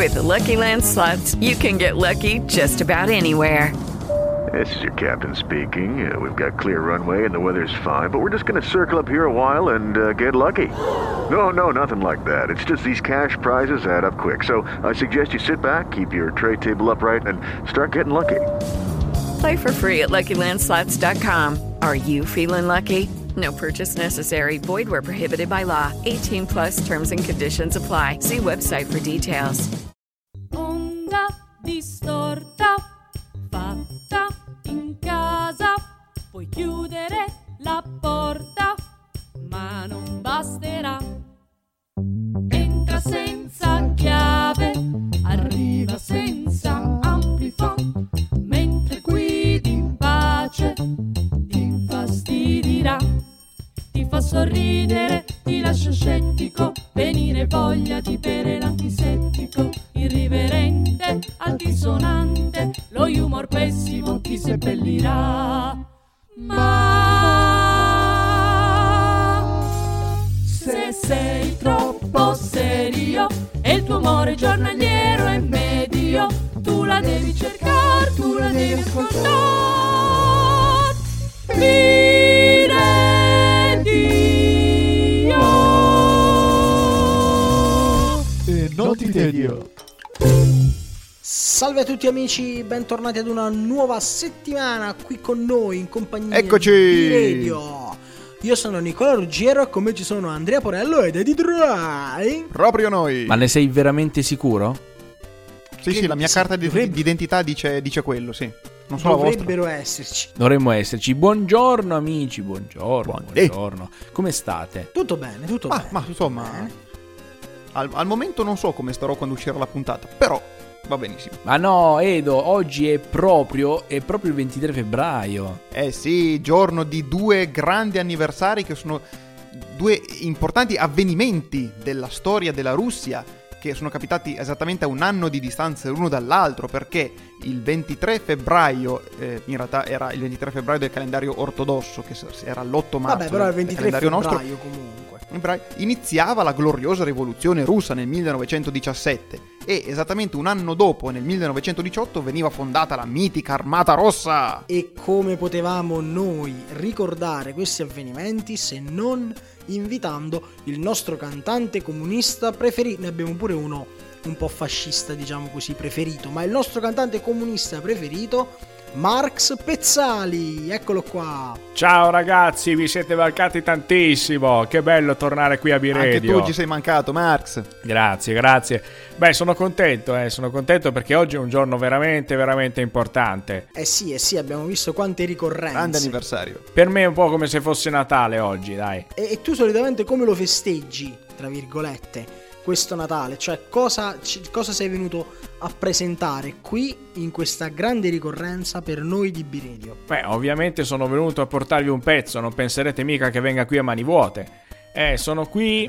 With the Lucky Land Slots, you can get lucky just about anywhere. This is your captain speaking. We've got clear runway and the weather's fine, but we're just going to circle up here a while and get lucky. No, nothing like that. It's just these cash prizes add up quick. So I suggest you sit back, keep your tray table upright, and start getting lucky. Play for free at LuckyLandSlots.com. Are you feeling lucky? No purchase necessary. Void where prohibited by law. 18 plus terms and conditions apply. See website for details. Onda distorta, fatta in casa. Puoi chiudere la porta, ma non basterà. Entra senza chiave, arriva senza amplifon, mentre guidi in pace ti infastidirà. Ti fa sorridere, ti lascia scettico, venire voglia di bere l'antisettico. Irriverente, altisonante, lo humor pessimo ti seppellirà. Ma se sei troppo serio e il tuo umore giornaliero è medio, tu la devi cercare, tu la devi ascoltare. E non ti tedio. Salve a tutti amici, bentornati ad una nuova settimana qui con noi in compagnia Eccoci di Radio. Io sono Nicola Ruggiero e con me ci sono Andrea Porello ed Eddie Dry. Proprio noi. Ma ne sei veramente sicuro? Sì, la mia carta di identità dice quello, sì. Non so la vostra. Dovrebbero esserci. Dovremmo esserci. Buongiorno amici, buongiorno. Come state? Tutto bene, tutto bene. Ma insomma, bene. Al momento non so come starò quando uscirà la puntata, però va benissimo. Ma no, Edo, oggi è proprio il 23 febbraio. Sì, giorno di due grandi anniversari che sono due importanti avvenimenti della storia della Russia, che sono capitati esattamente a un anno di distanza l'uno dall'altro, perché il 23 febbraio, in realtà era il 23 febbraio del calendario ortodosso, che era l'8 marzo. Vabbè, però il 23 calendario febbraio nostro, comunque. iniziava la gloriosa rivoluzione russa nel 1917 e esattamente un anno dopo, nel 1918, veniva fondata la mitica Armata Rossa. E come potevamo noi ricordare questi avvenimenti se non invitando il nostro cantante comunista preferito? Ne abbiamo pure uno un po' fascista, diciamo così, preferito, ma il nostro cantante comunista preferito, Marx Pezzali, eccolo qua. Ciao ragazzi, vi siete mancati tantissimo, che bello tornare qui a B-Radio. Anche tu ci sei mancato, Marx. Grazie. Beh, sono contento perché oggi è un giorno veramente, veramente importante. Sì, abbiamo visto quante ricorrenze. Grande anniversario. Per me è un po' come se fosse Natale oggi, dai. E tu solitamente come lo festeggi, tra virgolette, questo Natale? Cioè cosa sei venuto a presentare qui in questa grande ricorrenza per noi di B-Radio? Beh, ovviamente sono venuto a portarvi un pezzo, non penserete mica che venga qui a mani vuote. Sono qui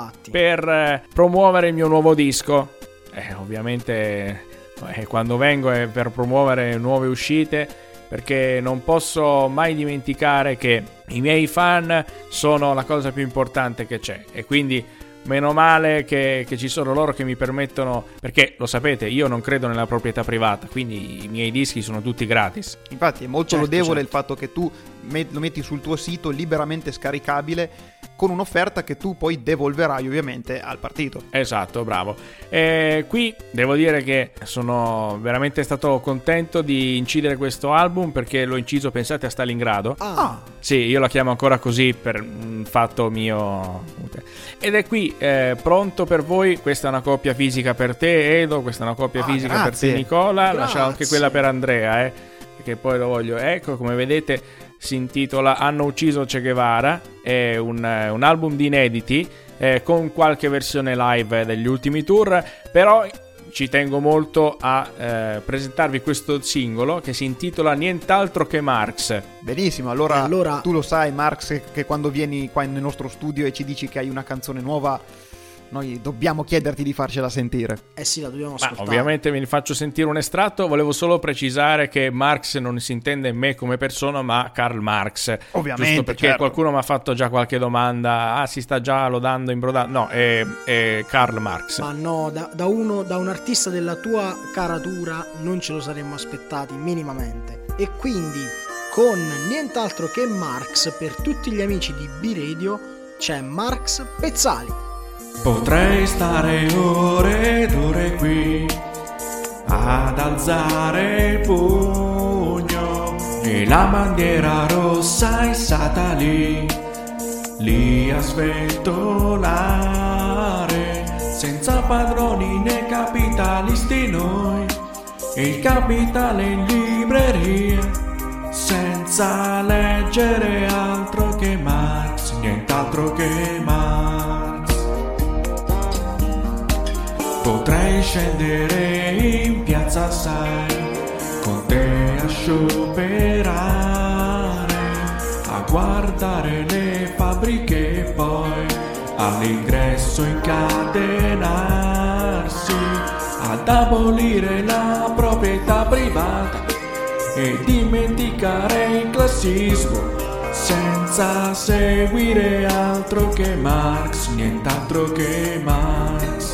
per promuovere il mio nuovo disco. Ovviamente quando vengo è per promuovere nuove uscite, perché non posso mai dimenticare che i miei fan sono la cosa più importante che c'è, e quindi meno male che ci sono loro che mi permettono, perché lo sapete, io non credo nella proprietà privata, quindi i miei dischi sono tutti gratis. Infatti è molto lodevole il fatto che tu lo metti sul tuo sito liberamente scaricabile, con un'offerta che tu poi devolverai ovviamente al partito. Esatto, bravo. Qui devo dire che sono veramente stato contento di incidere questo album, perché l'ho inciso, pensate, a Stalingrado. Sì, io la chiamo ancora così per un fatto mio. Ed è qui pronto per voi. Questa è una coppia fisica per te, Edo, questa è una coppia fisica per te, Nicola. Lascio anche quella per Andrea, perché poi lo voglio. Ecco, come vedete, si intitola Hanno ucciso Che Guevara. È un album di inediti, con qualche versione live degli ultimi tour, però ci tengo molto a presentarvi questo singolo che si intitola Nient'altro che Marx. Benissimo, allora tu lo sai, Marx, che quando vieni qua nel nostro studio e ci dici che hai una canzone nuova, noi dobbiamo chiederti di farcela sentire. Sì, la dobbiamo ascoltare. Ovviamente vi faccio sentire un estratto. Volevo solo precisare che Marx non si intende me come persona, ma Karl Marx. Ovviamente, giusto perché certo. qualcuno mi ha fatto già qualche domanda. Si sta già lodando, imbrodando. No, è Karl Marx. Ma no, da un artista della tua caratura non ce lo saremmo aspettati minimamente. E quindi, con nient'altro che Marx, per tutti gli amici di B-Radio c'è Marx Pezzali. Potrei stare ore ed ore qui ad alzare il pugno e la bandiera rossa è stata lì a sventolare, senza padroni né capitalisti noi, il capitale in libreria, senza leggere altro che Marx, nient'altro che Marx. Potrei scendere in piazza, sai, con te a scioperare, a guardare le fabbriche e poi all'ingresso incatenarsi, ad abolire la proprietà privata e dimenticare il classismo, senza seguire altro che Marx, nient'altro che Marx.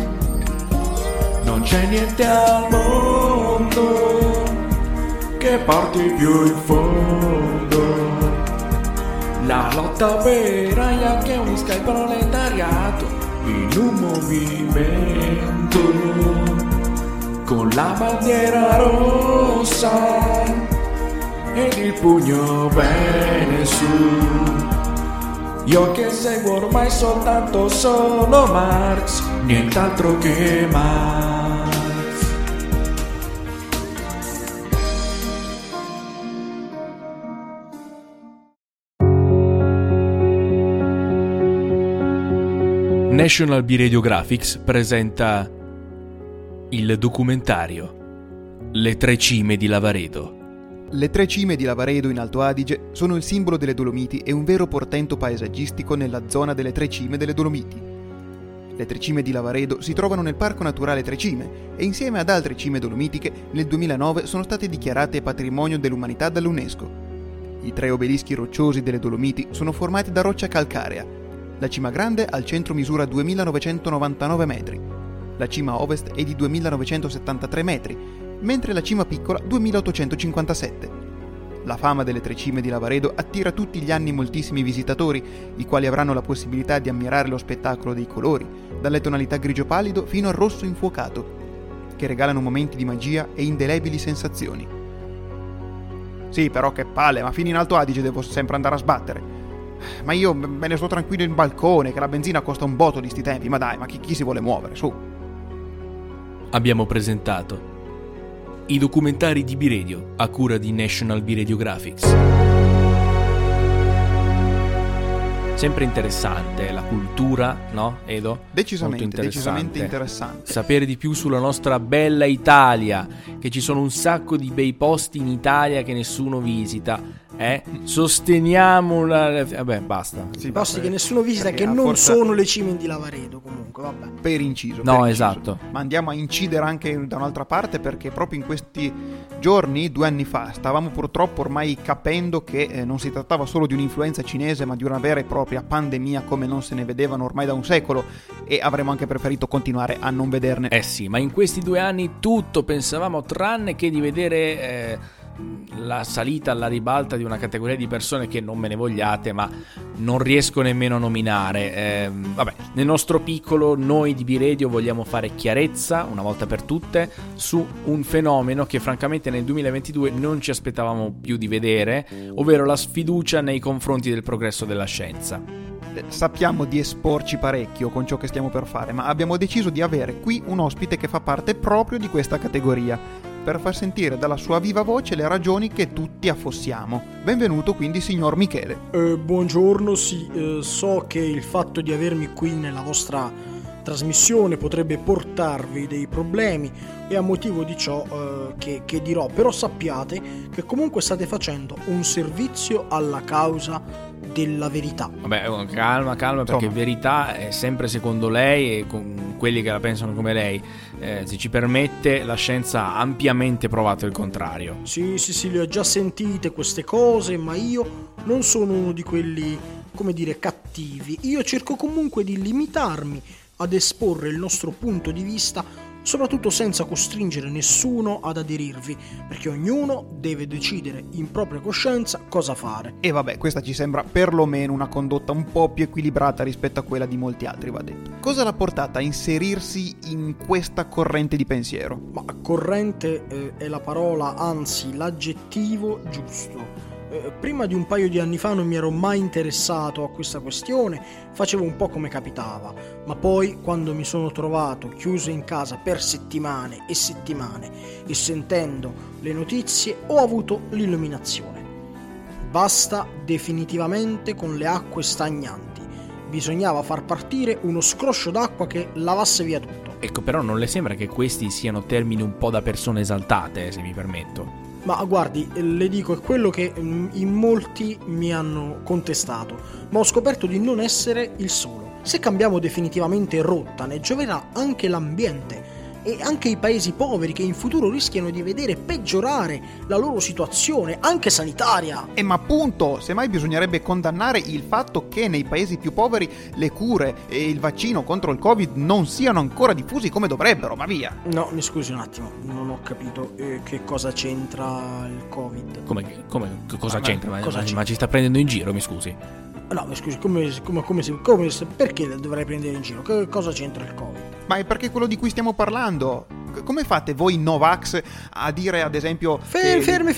Non c'è niente al mondo che porti più in fondo la lotta operaia che unisca il proletariato in un movimento, con la bandiera rossa ed il pugno bene su. Io che seguo ormai soltanto solo Marx, nient'altro che Marx. National B-Radio Graphics presenta il documentario Le tre cime di Lavaredo. Le tre cime di Lavaredo in Alto Adige sono il simbolo delle Dolomiti e un vero portento paesaggistico nella zona delle tre cime delle Dolomiti. Le tre cime di Lavaredo si trovano nel Parco Naturale Tre Cime e insieme ad altre cime dolomitiche nel 2009 sono state dichiarate patrimonio dell'umanità dall'UNESCO. I tre obelischi rocciosi delle Dolomiti sono formati da roccia calcarea. La cima grande al centro misura 2.999 metri, la cima ovest è di 2.973 metri, mentre la cima piccola 2.857. La fama delle tre cime di Lavaredo attira tutti gli anni moltissimi visitatori, i quali avranno la possibilità di ammirare lo spettacolo dei colori, dalle tonalità grigio pallido fino al rosso infuocato, che regalano momenti di magia e indelebili sensazioni. Sì, però che palle, ma fino in Alto Adige devo sempre andare a sbattere. Ma io me ne sto tranquillo in balcone, che la benzina costa un botto di sti tempi, ma dai, ma chi si vuole muovere, su. Abbiamo presentato i documentari di B-Radio a cura di National B-Radio Graphics. Sempre interessante la cultura, no, Edo? Decisamente interessante. Sapere di più sulla nostra bella Italia, che ci sono un sacco di bei posti in Italia che nessuno visita. Sosteniamo vabbè, basta. Sì, posti che nessuno visita, che non sono le cime di Lavaredo, comunque, vabbè. Per inciso. Esatto. Ma andiamo a incidere anche da un'altra parte, perché proprio in questi giorni, 2 anni fa, stavamo purtroppo ormai capendo che non si trattava solo di un'influenza cinese, ma di una vera e propria pandemia come non se ne vedevano ormai da un secolo, e avremmo anche preferito continuare a non vederne. Sì, ma in questi 2 anni tutto pensavamo tranne che di vedere la salita alla ribalta di una categoria di persone che non me ne vogliate, ma non riesco nemmeno a nominare. Vabbè, nel nostro piccolo noi di B-Radio vogliamo fare chiarezza una volta per tutte su un fenomeno che francamente nel 2022 non ci aspettavamo più di vedere, ovvero la sfiducia nei confronti del progresso della scienza. Sappiamo di esporci parecchio con ciò che stiamo per fare, ma abbiamo deciso di avere qui un ospite che fa parte proprio di questa categoria, per far sentire dalla sua viva voce le ragioni che tutti affossiamo. Benvenuto quindi, signor Michele. Buongiorno, sì, so che il fatto di avermi qui nella vostra trasmissione potrebbe portarvi dei problemi, e a motivo di ciò che dirò, però sappiate che comunque state facendo un servizio alla causa della verità. Vabbè, calma, perché verità è sempre secondo lei e con quelli che la pensano come lei. Se ci permette, la scienza ha ampiamente provato il contrario. Sì, le ho già sentite queste cose, ma io non sono uno di quelli, come dire, cattivi. Io cerco comunque di limitarmi ad esporre il nostro punto di vista, soprattutto senza costringere nessuno ad aderirvi, perché ognuno deve decidere in propria coscienza cosa fare. E vabbè, questa ci sembra perlomeno una condotta un po' più equilibrata rispetto a quella di molti altri, va detto. Cosa l'ha portata a inserirsi in questa corrente di pensiero? Ma corrente è la parola, anzi l'aggettivo giusto. Prima di un paio di anni fa non mi ero mai interessato a questa questione, facevo un po' come capitava, ma poi quando mi sono trovato chiuso in casa per settimane e settimane e sentendo le notizie ho avuto l'illuminazione. Basta definitivamente con le acque stagnanti, bisognava far partire uno scroscio d'acqua che lavasse via tutto. Ecco, però non le sembra che questi siano termini un po' da persone esaltate, se mi permetto? Ma guardi, le dico, è quello che in molti mi hanno contestato, ma ho scoperto di non essere il solo. Se cambiamo definitivamente rotta, ne gioverà anche l'ambiente e anche i paesi poveri che in futuro rischiano di vedere peggiorare la loro situazione, anche sanitaria. Ma appunto, semmai bisognerebbe condannare il fatto che nei paesi più poveri le cure e il vaccino contro il Covid non siano ancora diffusi come dovrebbero, ma via. No, mi scusi un attimo, non ho capito che cosa c'entra il Covid. Come cosa c'entra? Cosa c'entra? Ma ci sta prendendo in giro, mi scusi? No, mi scusi, perché dovrei prendere in giro? Che cosa c'entra il Covid? Ma è perché quello di cui stiamo parlando. Come fate voi Novax a dire, ad esempio... Fermi.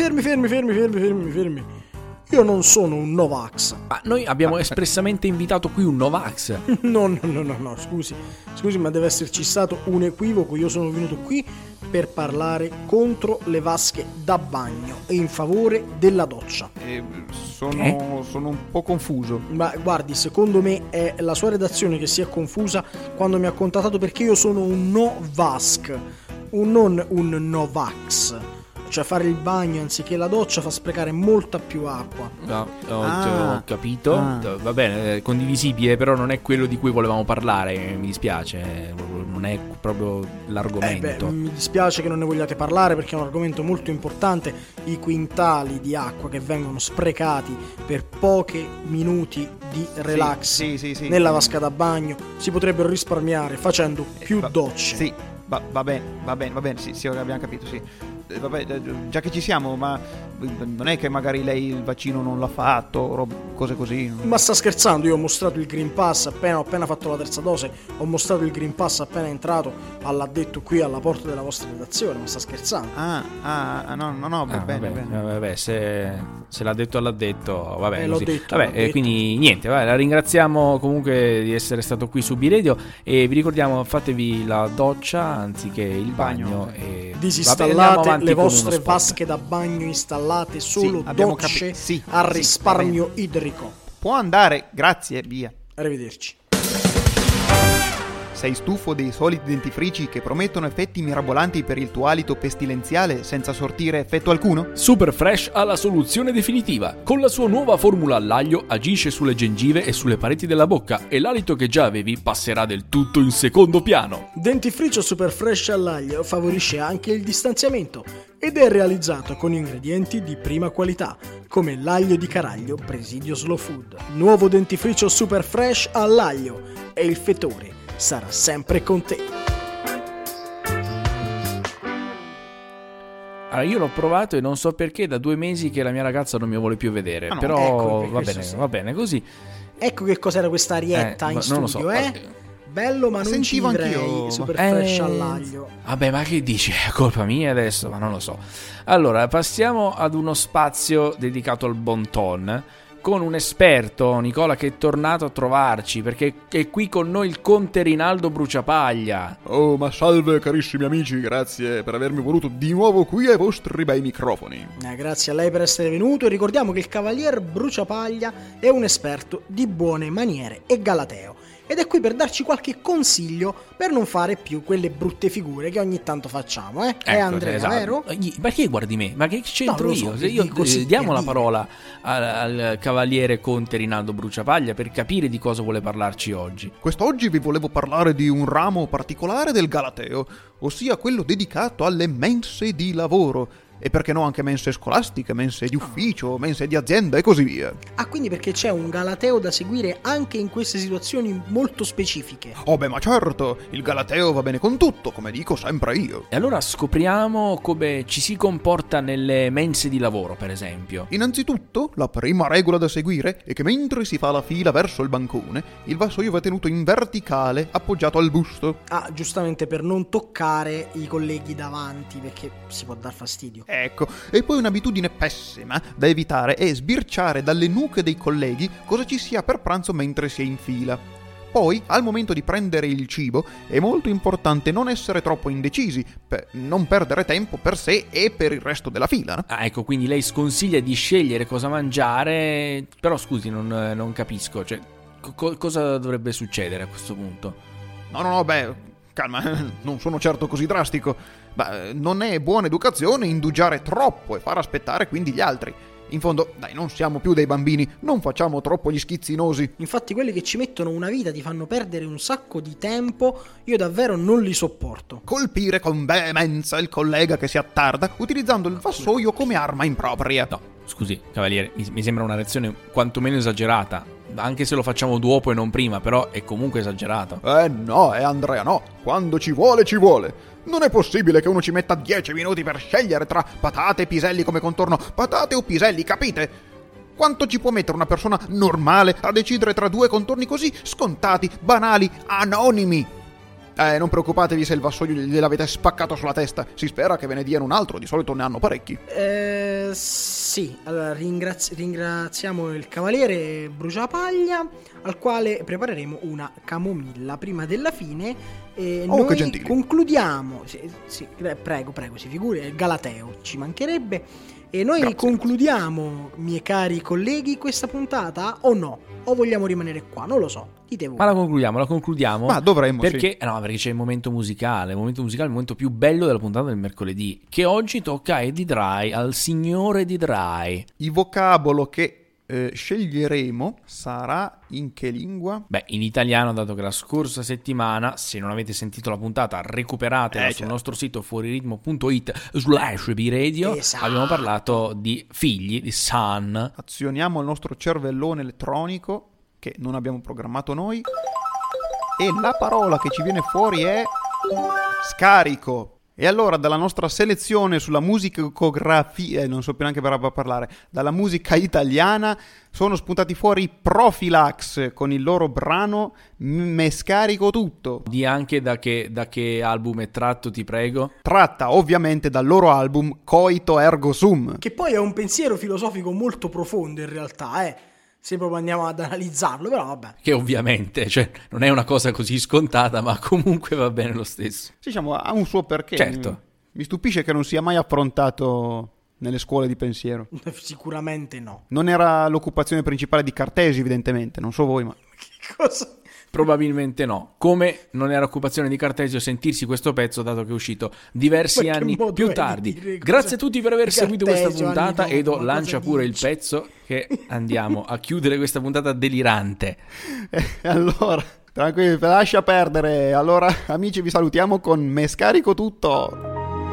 Io non sono un Novax. Ma noi abbiamo espressamente invitato qui un Novax. No, scusi, ma deve esserci stato un equivoco. Io sono venuto qui per parlare contro le vasche da bagno e in favore della doccia. Sono un po' confuso. Ma guardi, secondo me è la sua redazione che si è confusa quando mi ha contattato, perché io sono un Novax, non un Novax. Cioè fare il bagno anziché la doccia fa sprecare molta più acqua. No, ho capito. Va bene, condivisibile, però non è quello di cui volevamo parlare. Mi dispiace, non è proprio l'argomento. Mi dispiace che non ne vogliate parlare, perché è un argomento molto importante. I quintali di acqua che vengono sprecati per pochi minuti di relax nella vasca da bagno si potrebbero risparmiare facendo più docce. Sì, va bene, sì, abbiamo capito, sì. Vabbè, già che ci siamo, ma non è che magari lei il vaccino non l'ha fatto, cose così? Ma sta scherzando? Io ho mostrato il Green Pass ho appena fatto la terza dose, ho mostrato il Green Pass appena entrato all'addetto qui alla porta della vostra redazione, ma sta scherzando? No, bene. Vabbè, se l'ha detto all'addetto, vabbè, l'ho così. detto, vabbè, l'ho detto. Quindi niente, la ringraziamo comunque di essere stato qui su B-Radio e vi ricordiamo, fatevi la doccia anziché il bagno e disinstallate le vostre vasche da bagno, installate solo docce a risparmio idrico. Può andare, grazie, via. Arrivederci. Sei stufo dei soliti dentifrici che promettono effetti mirabolanti per il tuo alito pestilenziale senza sortire effetto alcuno? Super Fresh ha la soluzione definitiva. Con la sua nuova formula all'aglio agisce sulle gengive e sulle pareti della bocca e l'alito che già avevi passerà del tutto in secondo piano. Dentifricio Super Fresh all'aglio favorisce anche il distanziamento ed è realizzato con ingredienti di prima qualità, come l'aglio di Caraglio Presidio Slow Food. Nuovo dentifricio Super Fresh all'aglio e il fetore sarà sempre con te. Allora, io l'ho provato e non so perché da 2 mesi che la mia ragazza non mi vuole più vedere, però ecco, va bene così. Ecco che cos'era questa arietta in studio, non lo so. Bello, ma non sentivo ci vivrei. anch'io. Super Fresh all'aglio. Vabbè, ma che dici? È colpa mia adesso? Ma non lo so. Allora, passiamo ad uno spazio dedicato al bon ton con un esperto, Nicola, che è tornato a trovarci perché è qui con noi il conte Rinaldo Bruciapaglia. Oh, ma salve carissimi amici, grazie per avermi voluto di nuovo qui ai vostri bei microfoni. Grazie a lei per essere venuto e ricordiamo che il cavalier Bruciapaglia è un esperto di buone maniere e galateo ed è qui per darci qualche consiglio per non fare più quelle brutte figure che ogni tanto facciamo, Ecco, Andrea, esatto. vero? Ma che guardi me? Ma che c'entro No, lo so, io? Se io dico sì, diamo per la dire. parola al cavaliere Conte Rinaldo Bruciapaglia per capire di cosa vuole parlarci oggi. Quest'oggi vi volevo parlare di un ramo particolare del Galateo, ossia quello dedicato alle mense di lavoro. E perché no anche mense scolastiche, mense di ufficio, mense di azienda e così via. Ah, quindi perché c'è un Galateo da seguire anche in queste situazioni molto specifiche. Oh beh, ma certo, il Galateo va bene con tutto, come dico sempre io. E allora scopriamo come ci si comporta nelle mense di lavoro, per esempio. Innanzitutto, la prima regola da seguire è che mentre si fa la fila verso il bancone, il vassoio va tenuto in verticale, appoggiato al busto. Ah, giustamente per non toccare i colleghi davanti, perché si può dar fastidio. Ecco, e poi un'abitudine pessima da evitare è sbirciare dalle nuche dei colleghi cosa ci sia per pranzo mentre si è in fila. Poi, al momento di prendere il cibo, è molto importante non essere troppo indecisi, per non perdere tempo per sé e per il resto della fila, no? Ah, ecco, quindi lei sconsiglia di scegliere cosa mangiare, però scusi, non capisco, cioè, cosa dovrebbe succedere a questo punto? No, beh, calma, non sono certo così drastico. Ma non è buona educazione indugiare troppo e far aspettare quindi gli altri. In fondo, dai, non siamo più dei bambini, non facciamo troppo gli schizzinosi. Infatti quelli che ci mettono una vita, ti fanno perdere un sacco di tempo, io davvero non li sopporto. Colpire con veemenza il collega che si attarda utilizzando il vassoio come arma impropria. No, scusi, cavaliere, mi sembra una reazione quantomeno esagerata. Anche se lo facciamo dopo e non prima, però è comunque esagerato. No, Andrea, no. Quando ci vuole, ci vuole. Non è possibile che uno ci metta 10 minuti per scegliere tra patate e piselli come contorno. Patate o piselli, capite? Quanto ci può mettere una persona normale a decidere tra due contorni così scontati, banali, anonimi? Non preoccupatevi se il vassoio gliel'avete spaccato sulla testa. Si spera che ve ne diano un altro, di solito ne hanno parecchi. Sì, allora ringraziamo il cavaliere Bruciapaglia, al quale prepareremo una camomilla prima della fine. E Oh, che noi gentili. concludiamo. Prego, si figuri, è il Galateo, ci mancherebbe. E noi Grazie. concludiamo, miei cari colleghi, questa puntata o no? O vogliamo rimanere qua? Non lo so, dite voi. Ma la concludiamo. Ma dovremmo, perché, no, perché c'è il momento musicale. Il momento musicale è il momento più bello della puntata del mercoledì, che oggi tocca a Eddie Dry, al signore Eddie Dry. Il vocabolo che sceglieremo sarà in che lingua? Beh, in italiano, dato che la scorsa settimana, se non avete sentito la puntata, recuperatela sul certo. nostro sito fuoriritmo.it/biradio. Esatto. Abbiamo parlato di figli, di son. Azioniamo il nostro cervellone elettronico che non abbiamo programmato noi e la parola che ci viene fuori è scarico. E allora dalla nostra selezione sulla musicografia, non so più neanche per parlare, dalla musica italiana sono spuntati fuori Profilax con il loro brano Me scarico tutto. Di anche da che album è tratto, ti prego. Tratta ovviamente dal loro album Coito Ergo Sum. Che poi è un pensiero filosofico molto profondo in realtà, se proprio andiamo ad analizzarlo, però vabbè. Che ovviamente, cioè, non è una cosa così scontata, ma comunque va bene lo stesso. Diciamo, ha un suo perché. Certo. Mi stupisce che non sia mai affrontato nelle scuole di pensiero. Sicuramente no. Non era l'occupazione principale di Cartesio, evidentemente, non so voi, ma... Che cosa? Probabilmente no. Come non era occupazione di Cartesio sentirsi questo pezzo, dato che è uscito diversi Ma che anni modo più è di tardi. dire cosa? Grazie a tutti per aver seguito questa Cartesio, puntata. anni dopo, Edo, ma lancia cosa pure dici? il pezzo che andiamo a chiudere questa puntata delirante. Allora, tranquilli, lascia perdere. Allora, amici, vi salutiamo con Me scarico tutto.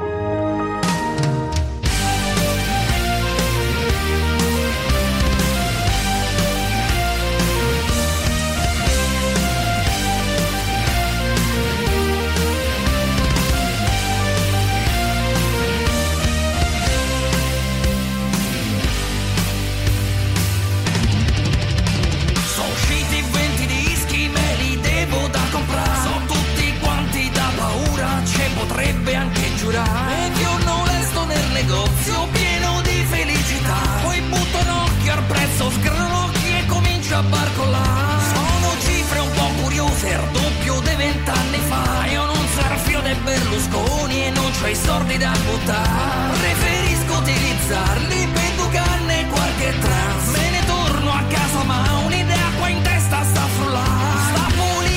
Sono usciti 20 dischi, me li devo da comprare. Sono tutti quanti da paura, ci potrebbe anche giurare. E io non resto nel negozio pieno di felicità. Poi butto un occhio al prezzo, sgranocchi e comincio a barcollare. Sono cifre un po' curiose, il doppio dei 20 anni fa. Io non sarfio dei Berlusconi e non c'ho i soldi da buttare. Preferisco utilizzarli per educarne qualche trans. Me ne torno a casa ma un'idea qua in testa sta frullando. Sta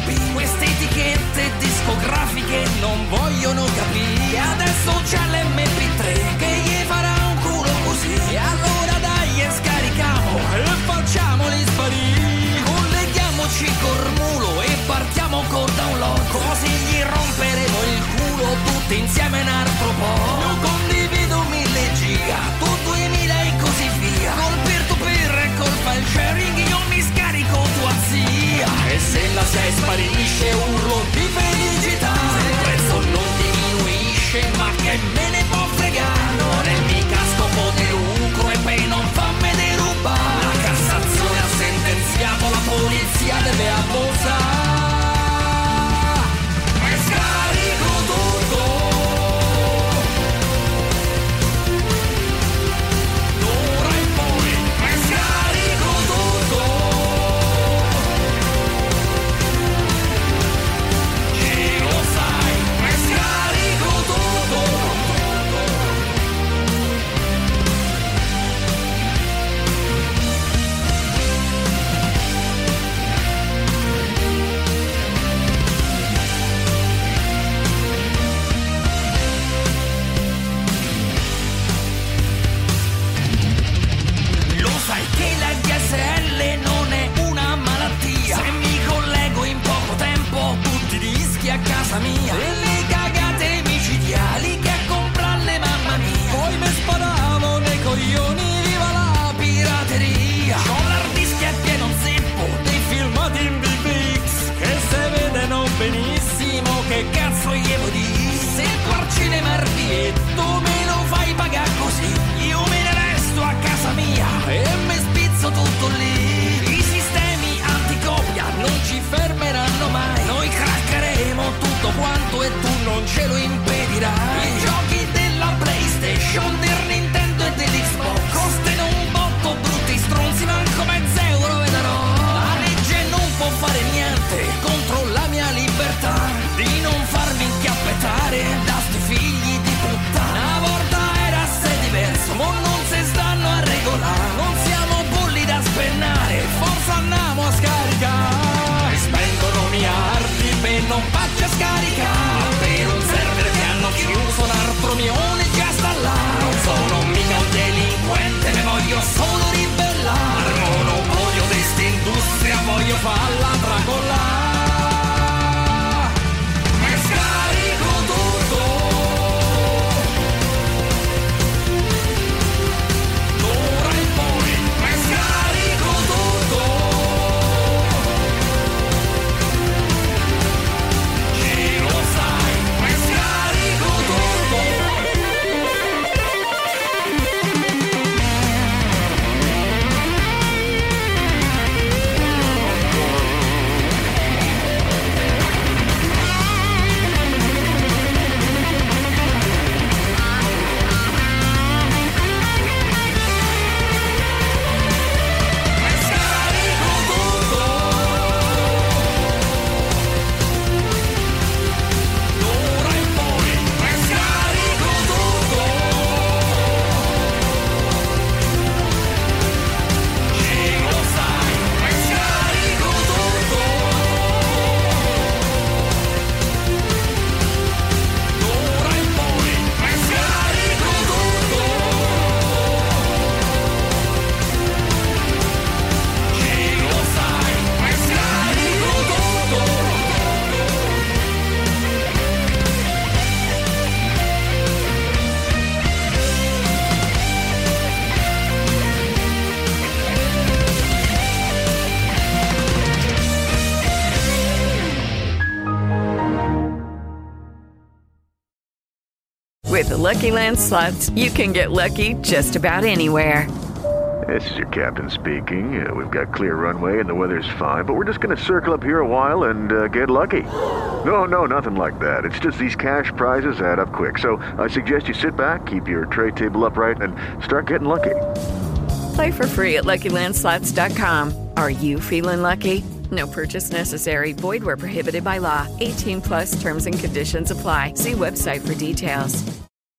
capire. Queste etichette discografiche non vogliono capire che adesso c'è l'MP3 che gli farà un culo così. E allora dai e scarichiamo e facciamoli sparire. Colleghiamoci col mulo e partiamo col download, così gli romperemo il culo tutti insieme un altro po'. Io condivido 1000 giga, tu 2000 e così via. Col peer-to-peer e col file sharing io mi scarico tua zia. E se la sei sparisce urlo di felicità. Se il prezzo non diminuisce ma che me ne può fregare. Non è mica scopo di lucro e poi non fammi derubare. La Cassazione ha sentenziato, la polizia deve abbozzare. E scarico tutto. D'ora in poi e scarico tutto. Chi lo sai, e scarico tutto. Lo sai che la DSL non è una malattia. Se mi collego in poco tempo tutti i dischi a casa mia. E le cagate micidiali che a comprarle mamma mia. Poi mi sparavo nei coglioni, viva la pirateria. C'ho l'hard disk è pieno zeppo dei filmati in BBX che se vedono benissimo, che cazzo gli devo dire. Se il cinema è arbietto me lo fai pagare così, io me ne resto a casa mia e mi spizzo tutto lì. I sistemi anticopia non ci fermeranno mai. Noi craccheremo tutto quanto e tu non ce lo impedirai. I giochi della PlayStation, del Nintendo e dell'Xbox costano un botto, brutti stronzi, manco €0 vedrò. La legge non può fare niente contro la mia libertà di non farmi inchiappettare da sti figli di puttana. Una volta era assai diverso, mo non si stanno a regolare. Non siamo bulli da spennare, forza andiamo a scaricare. E spendono miliardi per non farci scaricare. Per un server che hanno chiuso, un altro milione già sta là. Non sono mica un delinquente, ne voglio solo ribellare. Il monopolio di st'industria voglio farla tracollare. E scarico tutto. D'ora in poi e scarico tutto. Chi lo sai, e scarico tutto. With the Lucky Land Slots, you can get lucky just about anywhere. This is your captain speaking. We've got clear runway and the weather's fine, but we're just going to circle up here a while and get lucky. No, nothing like that. It's just these cash prizes add up quick. So I suggest you sit back, keep your tray table upright, and start getting lucky. Play for free at LuckyLandSlots.com. Are you feeling lucky? No purchase necessary. Void where prohibited by law. 18+ terms and conditions apply. See website for details.